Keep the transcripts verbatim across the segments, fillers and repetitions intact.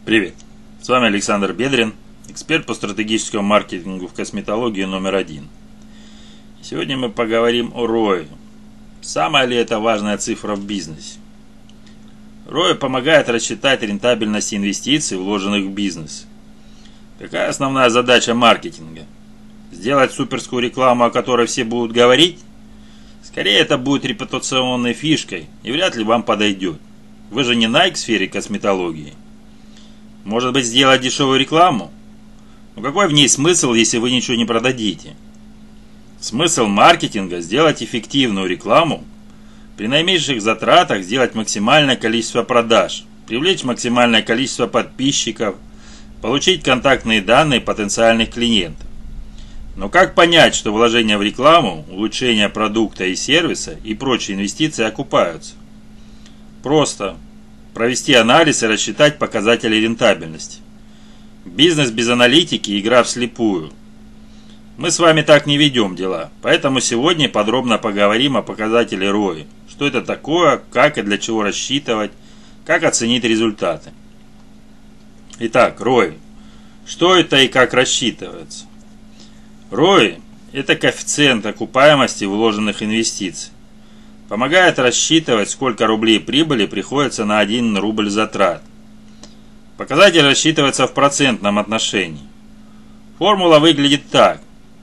Привет! С вами Александр Бедрин, эксперт по стратегическому маркетингу в косметологии номер один. Сегодня мы поговорим о рой. Самая ли это важная цифра в бизнесе? рой помогает рассчитать рентабельность инвестиций, вложенных в бизнес. Какая основная задача маркетинга? Сделать суперскую рекламу, о которой все будут говорить? Скорее, это будет репутационной фишкой и вряд ли вам подойдет. Вы же не Nike в сфере косметологии. Может быть, сделать дешевую рекламу? Но какой в ней смысл, если вы ничего не продадите? Смысл маркетинга – сделать эффективную рекламу, при наименьших затратах сделать максимальное количество продаж, привлечь максимальное количество подписчиков, получить контактные данные потенциальных клиентов. Но как понять, что вложения в рекламу, улучшение продукта и сервиса и прочие инвестиции окупаются? Просто провести анализ и рассчитать показатели рентабельности. Бизнес без аналитики – игра вслепую. Мы с вами так не ведем дела, поэтому сегодня подробно поговорим о показателе рой. Что это такое, как и для чего рассчитывать, как оценить результаты. Итак, рой. Что это и как рассчитывается? рой – это коэффициент окупаемости вложенных инвестиций. Помогает рассчитывать, сколько рублей прибыли приходится на один рубль затрат. Показатель рассчитывается в процентном отношении. Формула выглядит так.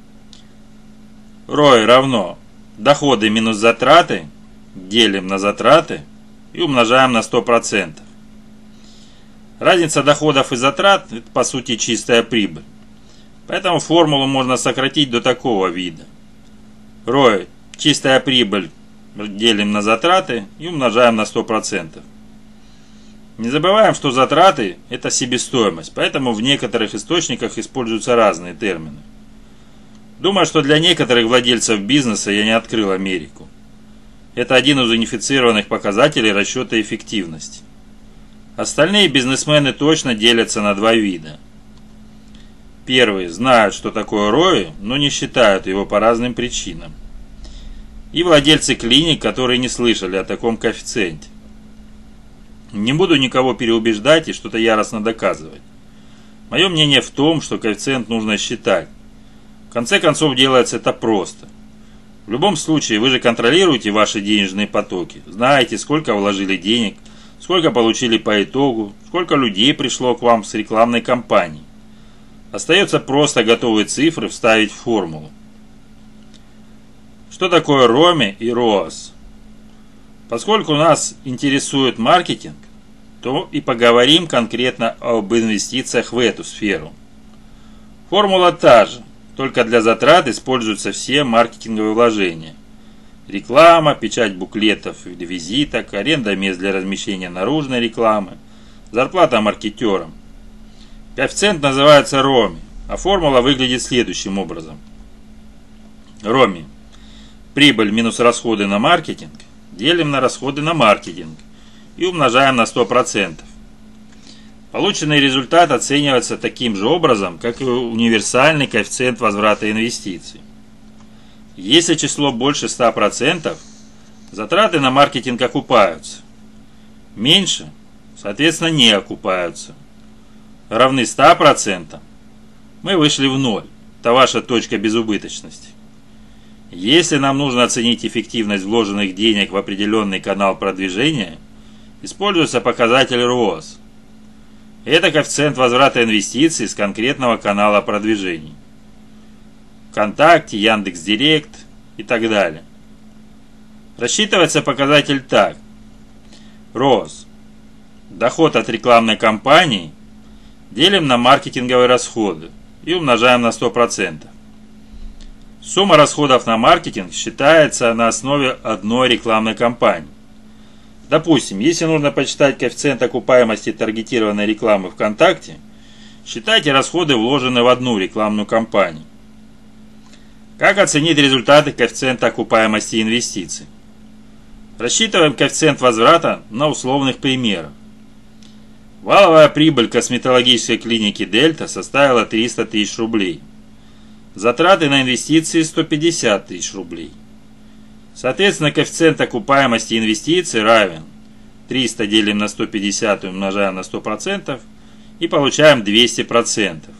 рой равно доходы минус затраты, делим на затраты и умножаем на сто процентов. Разница доходов и затрат – это по сути чистая прибыль. Поэтому формулу можно сократить до такого вида. рой – чистая прибыль, делим на затраты и умножаем на сто процентов. Не забываем, что затраты – это себестоимость, поэтому в некоторых источниках используются разные термины. Думаю, что для некоторых владельцев бизнеса я не открыл Америку. Это один из унифицированных показателей расчета эффективности. Остальные бизнесмены точно делятся на два вида. Первые знают, что такое рой, но не считают его по разным причинам. И владельцы клиник, которые не слышали о таком коэффициенте. Не буду никого переубеждать и что-то яростно доказывать. Мое мнение в том, что коэффициент нужно считать. В конце концов, делается это просто. В любом случае, вы же контролируете ваши денежные потоки, знаете, сколько вложили денег, сколько получили по итогу, сколько людей пришло к вам с рекламной кампанией. Остается просто готовые цифры вставить в формулу. Что такое роми и роас? Поскольку нас интересует маркетинг, то и поговорим конкретно об инвестициях в эту сферу. Формула та же, только для затрат используются все маркетинговые вложения. Реклама, печать буклетов или визиток, аренда мест для размещения наружной рекламы, зарплата маркетерам. Коэффициент называется роми, а формула выглядит следующим образом. роми. Прибыль минус расходы на маркетинг делим на расходы на маркетинг и умножаем на сто процентов. Полученный результат оценивается таким же образом, как и универсальный коэффициент возврата инвестиций. Если число больше ста процентов, затраты на маркетинг окупаются. Меньше, соответственно, не окупаются. Равны ста процентам, мы вышли в ноль. Это ваша точка безубыточности. Если нам нужно оценить эффективность вложенных денег в определенный канал продвижения, используется показатель роас. Это коэффициент возврата инвестиций с конкретного канала продвижений. ВКонтакте, Яндекс.Директ и так далее. Рассчитывается показатель так. роас. Доход от рекламной кампании делим на маркетинговые расходы и умножаем на сто процентов. Сумма расходов на маркетинг считается на основе одной рекламной кампании. Допустим, если нужно посчитать коэффициент окупаемости таргетированной рекламы ВКонтакте, считайте расходы, вложенные в одну рекламную кампанию. Как оценить результаты коэффициента окупаемости инвестиций? Рассчитываем коэффициент возврата на условных примерах. Валовая прибыль косметологической клиники Дельта составила триста тысяч рублей. Затраты на инвестиции сто пятьдесят тысяч рублей. Соответственно, коэффициент окупаемости инвестиций равен триста делим на сто пятьдесят и умножаем на сто процентов и получаем двести процентов.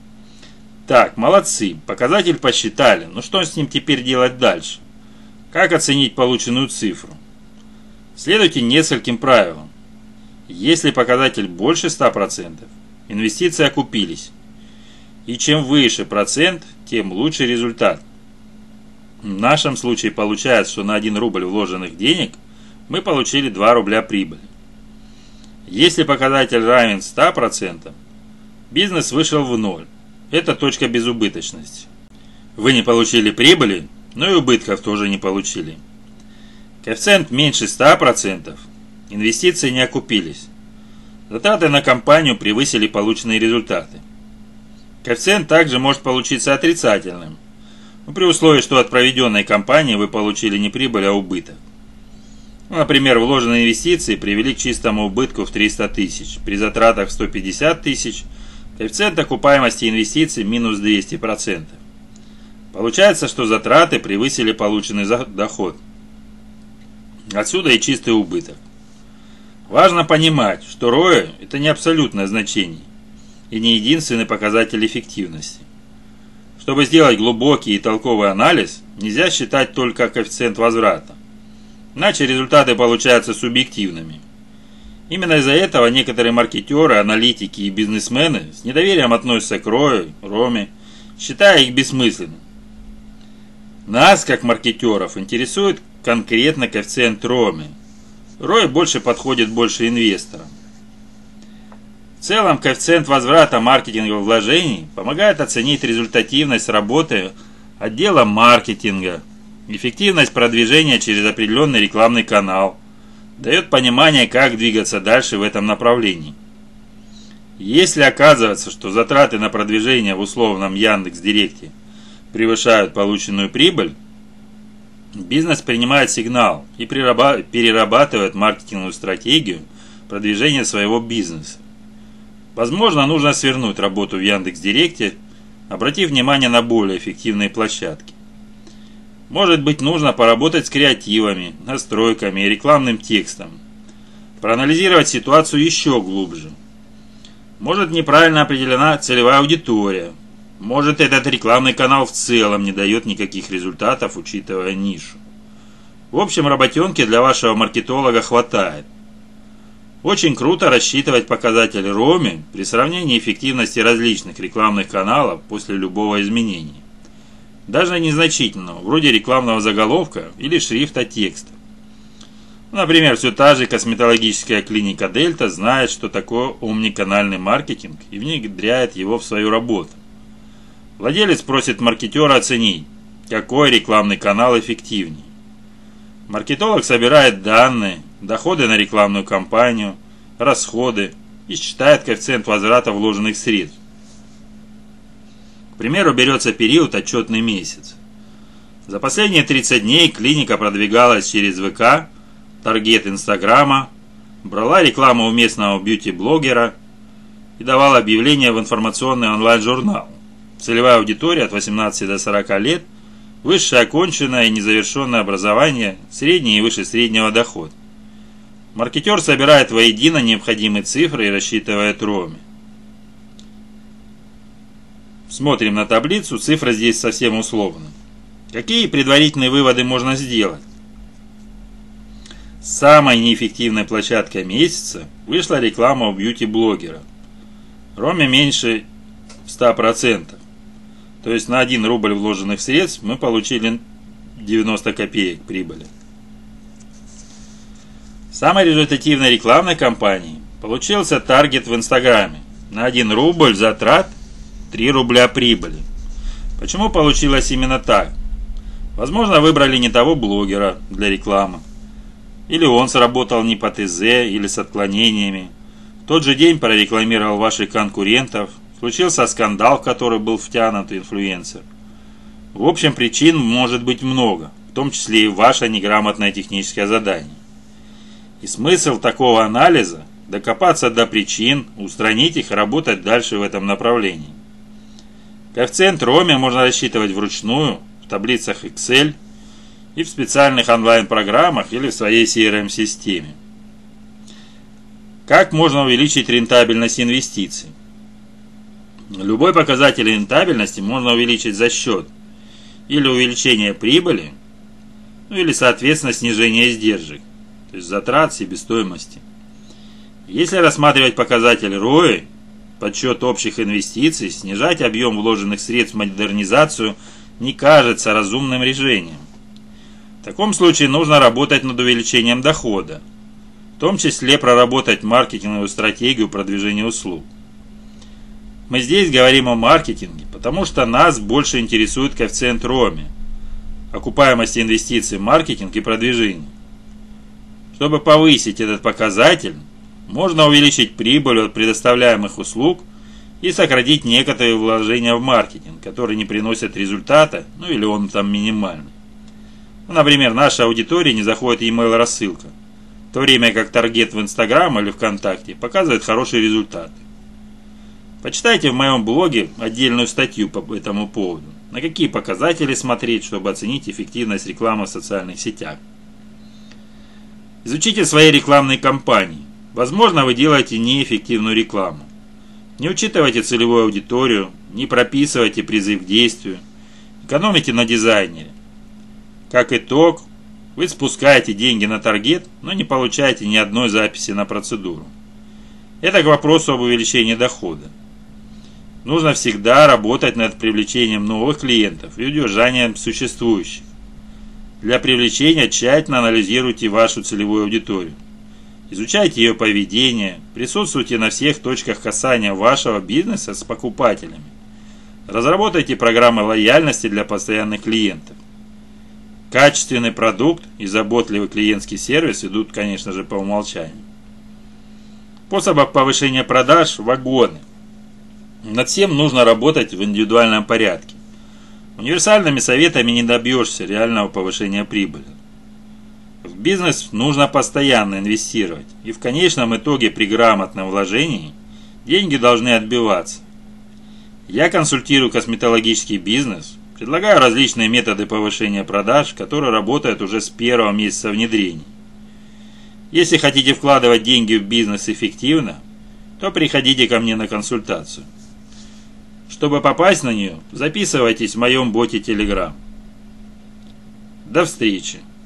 Так, молодцы, показатель посчитали, но что с ним теперь делать дальше? Как оценить полученную цифру? Следуйте нескольким правилам. Если показатель больше ста процентов, инвестиции окупились. И чем выше процент, тем лучше результат. В нашем случае получается, что на один рубль вложенных денег мы получили два рубля прибыли. Если показатель равен ста процентам, бизнес вышел в ноль. Это точка безубыточности. Вы не получили прибыли, но и убытков тоже не получили. Коэффициент меньше ста процентов, инвестиции не окупились. Затраты на компанию превысили полученные результаты. Коэффициент также может получиться отрицательным, но при условии, что от проведенной кампании вы получили не прибыль, а убыток. Например, вложенные инвестиции привели к чистому убытку в триста тысяч, при затратах в сто пятьдесят тысяч, коэффициент окупаемости инвестиций минус двести процентов. Получается, что затраты превысили полученный доход. Отсюда и чистый убыток. Важно понимать, что эр о и – это не абсолютное значение и не единственный показатель эффективности. Чтобы сделать глубокий и толковый анализ, нельзя считать только коэффициент возврата. Иначе результаты получаются субъективными. Именно из-за этого некоторые маркетеры, аналитики и бизнесмены с недоверием относятся к эр о и, роме, считая их бессмысленным. Нас, как маркетеров, интересует конкретно коэффициент роме. эр о и больше подходит больше инвесторам. В целом, коэффициент возврата маркетинговых вложений помогает оценить результативность работы отдела маркетинга, эффективность продвижения через определенный рекламный канал, дает понимание, как двигаться дальше в этом направлении. Если оказывается, что затраты на продвижение в условном Яндекс.Директе превышают полученную прибыль, бизнес принимает сигнал и перерабатывает маркетинговую стратегию продвижения своего бизнеса. Возможно, нужно свернуть работу в Яндекс.Директе, обратив внимание на более эффективные площадки. Может быть, нужно поработать с креативами, настройками и рекламным текстом, проанализировать ситуацию еще глубже. Может, неправильно определена целевая аудитория. Может, этот рекламный канал в целом не дает никаких результатов, учитывая нишу. В общем, работенки для вашего маркетолога хватает. Очень круто рассчитывать показатели роме при сравнении эффективности различных рекламных каналов после любого изменения. Даже незначительного, вроде рекламного заголовка или шрифта текста. Например, все та же косметологическая клиника Дельта знает, что такое омниканальный маркетинг и внедряет его в свою работу. Владелец просит маркетера оценить, какой рекламный канал эффективнее. Маркетолог собирает данные, доходы на рекламную кампанию, расходы и считает коэффициент возврата вложенных средств. К примеру, берется период отчетный месяц. За последние тридцать дней клиника продвигалась через вэ ка, таргет Инстаграма, брала рекламу у местного бьюти-блогера и давала объявления в информационный онлайн-журнал. Целевая аудитория от восемнадцати до сорока лет, высшее оконченное и незавершенное образование, средний и выше среднего доход. Маркетер собирает воедино необходимые цифры и рассчитывает роме. Смотрим на таблицу, цифры здесь совсем условны. Какие предварительные выводы можно сделать? Самой неэффективной площадкой месяца вышла реклама у бьюти-блогера. Роме меньше ста процентов. То есть на один рубль вложенных средств мы получили девяносто копеек прибыли. Самой результативной рекламной кампанией получился таргет в Инстаграме. На один рубль затрат три рубля прибыли. Почему получилось именно так? Возможно, выбрали не того блогера для рекламы. Или он сработал не по тэ зэ или с отклонениями. В тот же день прорекламировал ваших конкурентов. Случился скандал, в который был втянут инфлюенсер. В общем, причин может быть много, в том числе и ваше неграмотное техническое задание. И смысл такого анализа – докопаться до причин, устранить их и работать дальше в этом направлении. Коэффициент роме можно рассчитывать вручную, в таблицах Excel и в специальных онлайн-программах или в своей си эр эм-системе. Как можно увеличить рентабельность инвестиций? Любой показатель рентабельности можно увеличить за счет или увеличения прибыли, ну или соответственно снижения издержек, то есть затрат, себестоимости. Если рассматривать показатель эр о и, подсчет общих инвестиций, снижать объем вложенных средств в модернизацию не кажется разумным решением. В таком случае нужно работать над увеличением дохода, в том числе проработать маркетинговую стратегию продвижения услуг. Мы здесь говорим о маркетинге, потому что нас больше интересует коэффициент роми, окупаемость инвестиций в маркетинг и продвижение. Чтобы повысить этот показатель, можно увеличить прибыль от предоставляемых услуг и сократить некоторые вложения в маркетинг, которые не приносят результата, ну или он там минимальный. Ну, например, наша аудитория не заходит email-рассылка, в то время как таргет в Инстаграм или ВКонтакте показывает хорошие результаты. Почитайте в моем блоге отдельную статью по этому поводу, на какие показатели смотреть, чтобы оценить эффективность рекламы в социальных сетях. Изучите свои рекламные кампании. Возможно, вы делаете неэффективную рекламу. Не учитывайте целевую аудиторию, не прописывайте призыв к действию, экономите на дизайнере. Как итог, вы спускаете деньги на таргет, но не получаете ни одной записи на процедуру. Это к вопросу об увеличении дохода. Нужно всегда работать над привлечением новых клиентов и удержанием существующих. Для привлечения тщательно анализируйте вашу целевую аудиторию. Изучайте ее поведение, присутствуйте на всех точках касания вашего бизнеса с покупателями. Разработайте программы лояльности для постоянных клиентов. Качественный продукт и заботливый клиентский сервис идут, конечно же, по умолчанию. Способов повышения продаж – вагоны. Над всем нужно работать в индивидуальном порядке. Универсальными советами не добьешься реального повышения прибыли. В бизнес нужно постоянно инвестировать, и в конечном итоге при грамотном вложении деньги должны отбиваться. Я консультирую косметологический бизнес, предлагаю различные методы повышения продаж, которые работают уже с первого месяца внедрения. Если хотите вкладывать деньги в бизнес эффективно, то приходите ко мне на консультацию. Чтобы попасть на нее, записывайтесь в моем боте Telegram. До встречи!